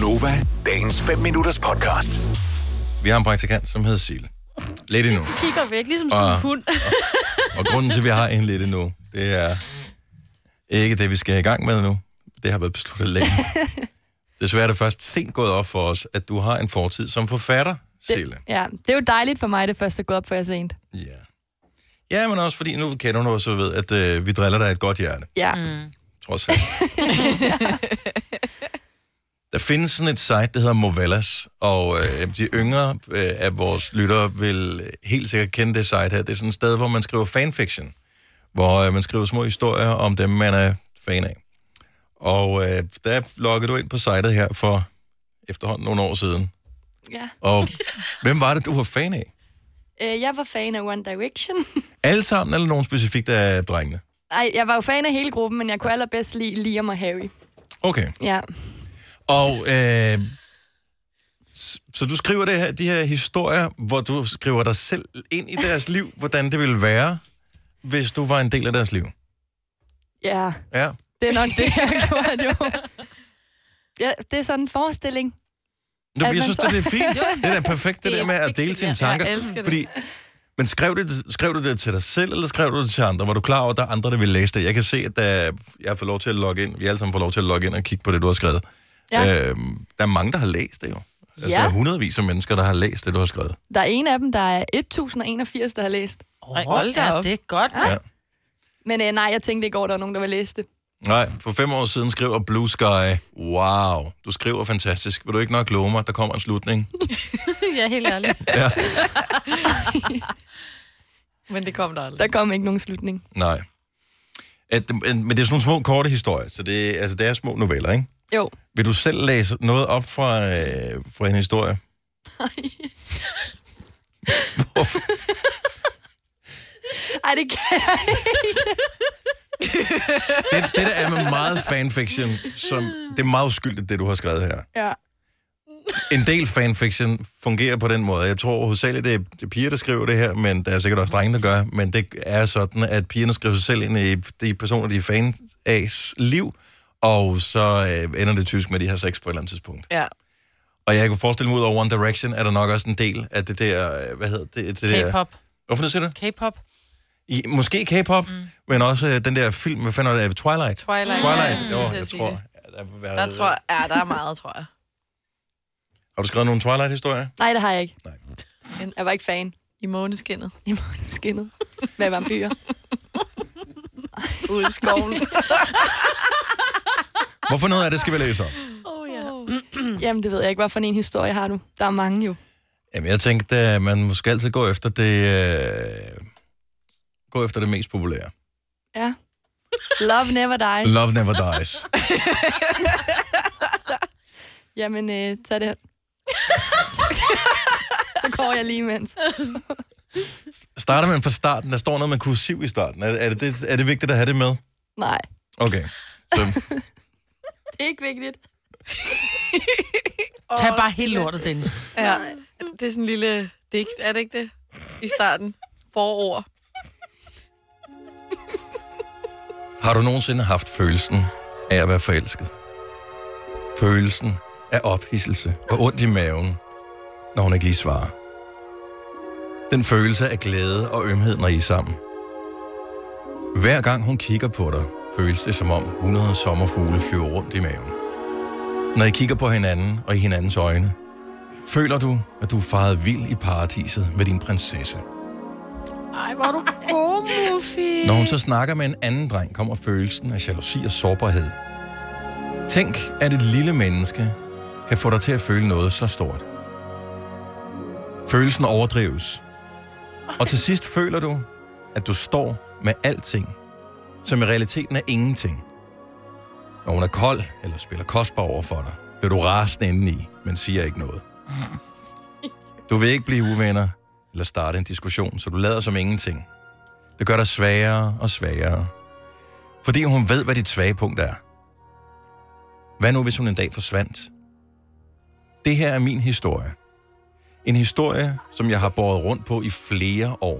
Gonova, dagens 5 minutters podcast. Vi har en praktikant, som hedder Sille. Lidt endnu. Kigger væk, ligesom sådan en hund. Og grunden til, at vi har en lidt endnu, det er ikke det, vi skal i gang med nu. Det har været besluttet længe. Desværre er det først sent gået op for os, at du har en fortid som forfatter, Sille. Ja, det er jo dejligt for mig, det første er gået op for jer sent. Ja. Ja, men også fordi nu kender du så ved, at vi driller dig et godt hjerte. Ja. Trods alt. Der findes sådan et site, der hedder Movellas, og de yngre af vores lyttere vil helt sikkert kende det site her. Det er sådan et sted, hvor man skriver fanfiction, hvor man skriver små historier om dem, man er fan af. Og der loggede du ind på sitet her for efterhånden nogle år siden. Ja. Og hvem var det, du var fan af? Jeg var fan af One Direction. Alle sammen, eller nogen specifikt af drengene? Nej, jeg var jo fan af hele gruppen, men jeg kunne allerbedst lide Liam og Harry. Okay. Ja. Og så du skriver de her historier, hvor du skriver dig selv ind i deres liv, hvordan det ville være, hvis du var en del af deres liv. Ja. Ja. Det er nok det, jeg gjorde, jo. Ja, det er sådan en forestilling. Jeg synes, det er fint. Det er da perfekt, det der med at dele sine tanker. Jeg elsker det. Fordi, men skrev du det til dig selv, eller skrev du det til andre? Var du klar over, at der er andre, der vil læse det? Jeg kan se, at jeg har fået lov til at logge ind. Vi alle sammen får lov til at logge ind og kigge på det, du har skrevet. Ja. Der er mange, der har læst det jo. Altså, der er hundredvis af mennesker, der har læst det, du har skrevet. Der er en af dem, der er 1081, der har læst. Hold da op. Det er godt. Ja. Men nej, jeg tænkte ikke over, der var nogen, der vil læse det. Nej, for 5 år siden skriver Blue Sky, wow, du skriver fantastisk. Vil du ikke nok love mig, der kommer en slutning? Ja, helt ærligt. Ja. Men det kom der aldrig. Der kom ikke nogen slutning. Nej. Men det er sådan nogle små, korte historier, så det er små noveller, ikke? Jo. Vil du selv læse noget op fra en historie? Nej. Hvorfor? Ej, det kan jeg ikke. Det der er med meget fanfiction, det er meget uskyldigt, det du har skrevet her. Ja. En del fanfiction fungerer på den måde. Jeg tror hovedsageligt, det er piger, der skriver det her, men der er sikkert også drenge, der gør. Men det er sådan, at pigerne skriver sig selv ind i de personer, de er fan af liv, og så ender det tysk med, at de har sex på et eller andet tidspunkt. Ja. Og jeg kunne forestille mig, ud over One Direction, er der nok også en del af det der, hvad hedder det? K-pop. Hvorfor det siger du? K-pop. Måske K-pop, men også den der film, hvad fanden er det? Twilight? Twilight. Jo, Ja, jeg tror. der er meget, tror jeg. Har du skrevet nogle Twilight-historier? Nej, det har jeg ikke. Nej. Jeg var ikke fan. I måneskinnet. I måneskinnet. Med vampyrer. Ude i skoven. Hvorfor noget af det skal vi læse om? Jamen, det ved jeg ikke. Hvad for en historie har du? Der er mange jo. Jamen, jeg tænkte, at man måske altid gå efter det mest populære. Ja. Love never dies. Love never dies. Jamen, tag det her. Så går jeg lige imens. Starter man fra starten? Der står noget med kursiv i starten. Er det vigtigt at have det med? Nej. Okay. Så. Det er ikke vigtigt. Tag bare helt lortet, Dennis. Ja, det er sådan en lille digt, er det ikke det? I starten. Forord. Har du nogensinde haft følelsen af at være forelsket? Følelsen af ophidselse og ondt i maven, når hun ikke lige svarer. Den følelse af glæde og ømhed, når I er sammen. Hver gang hun kigger på dig, føles det som om 100 sommerfugle flyver rundt i maven. Når I kigger på hinanden og i hinandens øjne, føler du, at du er faret vild i paradiset med din prinsesse. Ej, hvor er du god, Muffy. Når hun så snakker med en anden dreng, kommer følelsen af jalousi og sårbarhed. Tænk, at et lille menneske kan få dig til at føle noget så stort. Følelsen overdrives. Og til sidst føler du, at du står med alting, som i realiteten er ingenting. Når hun er kold eller spiller kostbar over for dig, bliver du rasende indeni, men siger ikke noget. Du vil ikke blive uvenner eller starte en diskussion, så du lader som ingenting. Det gør dig svagere og svagere. Fordi hun ved, hvad dit svage punkt er. Hvad nu, hvis hun en dag forsvandt? Det her er min historie. En historie, som jeg har båret rundt på i flere år.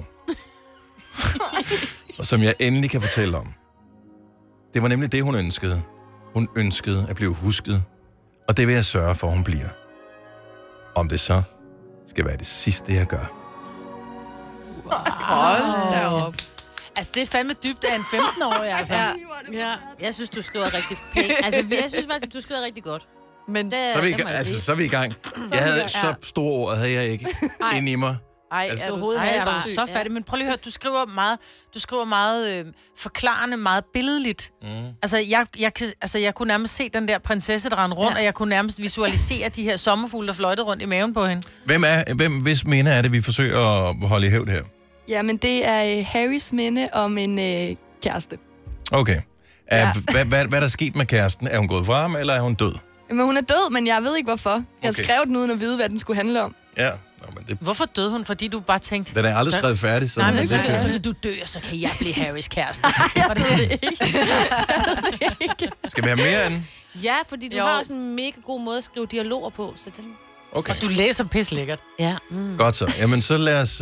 Og som jeg endelig kan fortælle om. Det var nemlig det, hun ønskede. Hun ønskede at blive husket Og det vil jeg sørge for, at hun bliver. Om det så skal være det sidste, jeg gør. Hold da op. Altså, det er fandme dybt af en 15-årig, altså. Ja. Jeg synes, du skriver rigtig pænt. Altså, jeg synes faktisk, du skriver rigtig godt. Men Det, Så er vi, det må jeg sige. så er vi i gang. Jeg havde så store ord, havde jeg ikke inde i mig. ej, Altså, er du Ej, er du så sindssyg? fattig. Men prøv lige at høre, du skriver meget forklarende, meget billedligt. Altså, jeg kunne nærmest se den der prinsesse, der rendte rundt, og jeg kunne nærmest visualisere de her sommerfugle, der fløjtede rundt i maven på hende. Hvis minde er det, vi forsøger at holde i hævd her? Jamen, det er Harrys minde om en kæreste. Okay. Ja. Hvad er der sket med kæresten? Er hun gået fra ham, eller er hun død? Men hun er død, men jeg ved ikke hvorfor. Jeg Okay. skrev den uden at vide, hvad den skulle handle om. Ja. Nå, men det, Hvorfor døde hun? Fordi du bare tænkte... den er aldrig skrevet færdig. Så Nej, men det så kan- kan du dø, og så kan jeg blive Harrys kæreste. Var det det? Skal vi have mere end? Ja, fordi du Jo. har også en mega god måde at skrive dialoger på. Så den... Okay, Og du læser pis lækkert. Ja. godt så. Jamen, så lad os...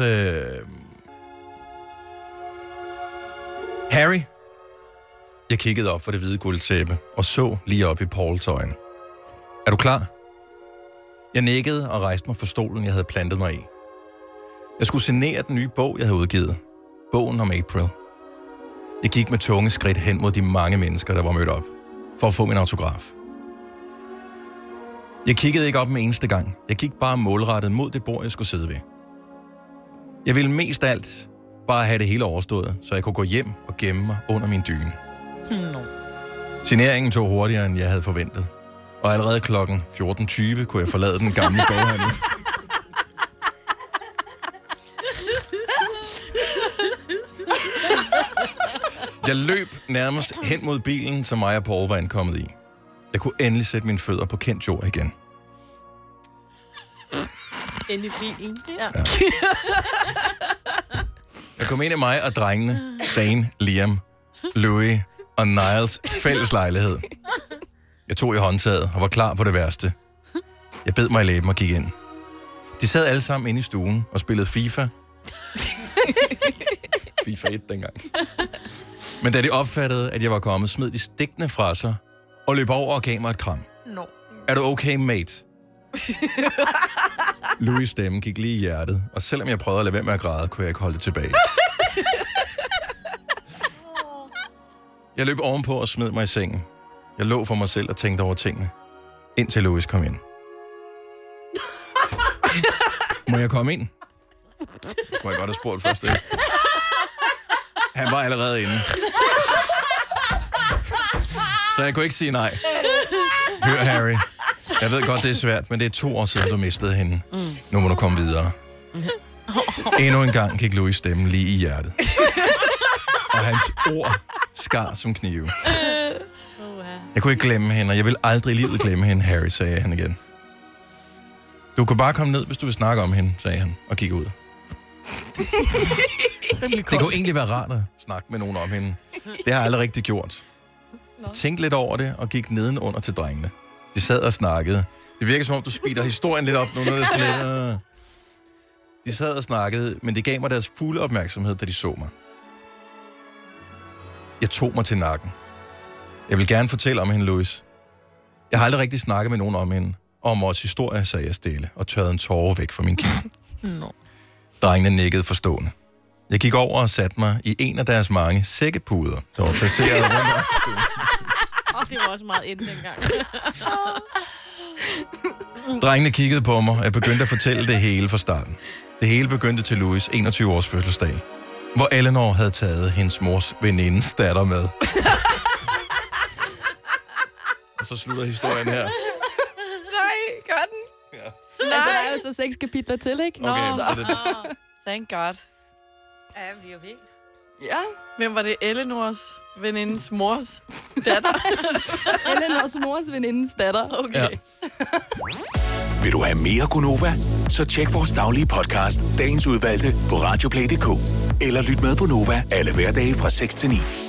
Harry. Jeg kiggede op for det hvide guldtæppe og så lige op i Pauls øjne. Er du klar? Jeg nikkede og rejste mig fra stolen, jeg havde plantet mig i. Jeg skulle signere den nye bog, jeg havde udgivet. Bogen om April. Jeg gik med tunge skridt hen mod de mange mennesker, der var mødt op, for at få min autograf. Jeg kiggede ikke op en eneste gang. Jeg gik bare målrettet mod det bord, jeg skulle sidde ved. Jeg ville mest af alt bare have det hele overstået, så jeg kunne gå hjem og gemme mig under min dyne. Signeringen tog hurtigere, end jeg havde forventet. Og allerede klokken 14.20 kunne jeg forlade den gamle boghandel. Jeg løb nærmest hen mod bilen, som mig og Paul var ankommet i. Jeg kunne endelig sætte mine fødder på kendt jord igen. Inde i bilen. Ja. Jeg kom ind i mig og drengene, Zane, Liam, Louis og Niles fælles lejlighed. Jeg tog i håndtaget og var klar på det værste. Jeg bed mig i læben og gik ind. De sad alle sammen inde i stuen og spillede FIFA. FIFA 1 dengang. Men da de opfattede, at jeg var kommet, smed de stikkene fra sig og løb over og gav mig et kram. No. Er du okay, mate? Louis' stemme gik lige i hjertet, og selvom jeg prøvede at lade være med at græde, kunne jeg ikke holde det tilbage. Jeg løb ovenpå og smed mig i sengen. Jeg lå for mig selv og tænkte over tingene, indtil Louis kom ind. Må jeg komme ind? Kunne jeg godt have spurgt først, ikke? Han var allerede inde. Så jeg kunne ikke sige nej. Hør, Harry. Jeg ved godt, det er svært, men det er 2 år siden, du mistede hende. Nu må du komme videre. Endnu en gang gik Louis' stemme lige i hjertet. Og hans ord skar som knive. Jeg kunne ikke glemme hende, og jeg vil aldrig i livet glemme hende, Harry, sagde han igen. Du kan bare komme ned, hvis du vil snakke om hende, sagde han, og gik ud. Det kunne egentlig være rart at snakke med nogen om hende. Det har jeg aldrig rigtig gjort. Jeg tænkte lidt over det, og gik nedenunder til drengene. De sad og snakkede. Det virker som om, du speeder historien lidt op nu, når det er sådan lidt... De sad og snakkede, men det gav mig deres fulde opmærksomhed, da de så mig. Jeg tog mig til nakken. Jeg vil gerne fortælle om hende, Louis. Jeg har aldrig rigtig snakket med nogen om hende. Og om vores historie, sagde jeg stille, og tørrede en tåre væk fra min kind. No. Drengene nikkede forstående. Jeg gik over og satte mig i en af deres mange sækkepuder, der var placeret rundt om stuen. Det var også meget inden dengang. Drengene kiggede på mig, og jeg begyndte at fortælle det hele fra starten. Det hele begyndte til Louis' 21-års fødselsdag, hvor Eleanor havde taget hendes mors venindes datter med. Og så slutter historien her. Nej, gør den. Ja. Altså, der er jo så 6 kapitler til, ikke? Okay, så det... Thank God. Ja, det er jo vildt. Ja. Hvem var det? Eleanors venindes mors datter? Eleanors mors venindes datter. Okay. Ja. Vil du have mere Gunova? Så tjek vores daglige podcast, dagens udvalgte, på radioplay.dk. Eller lyt med på Nova alle hverdage fra 6 til 9.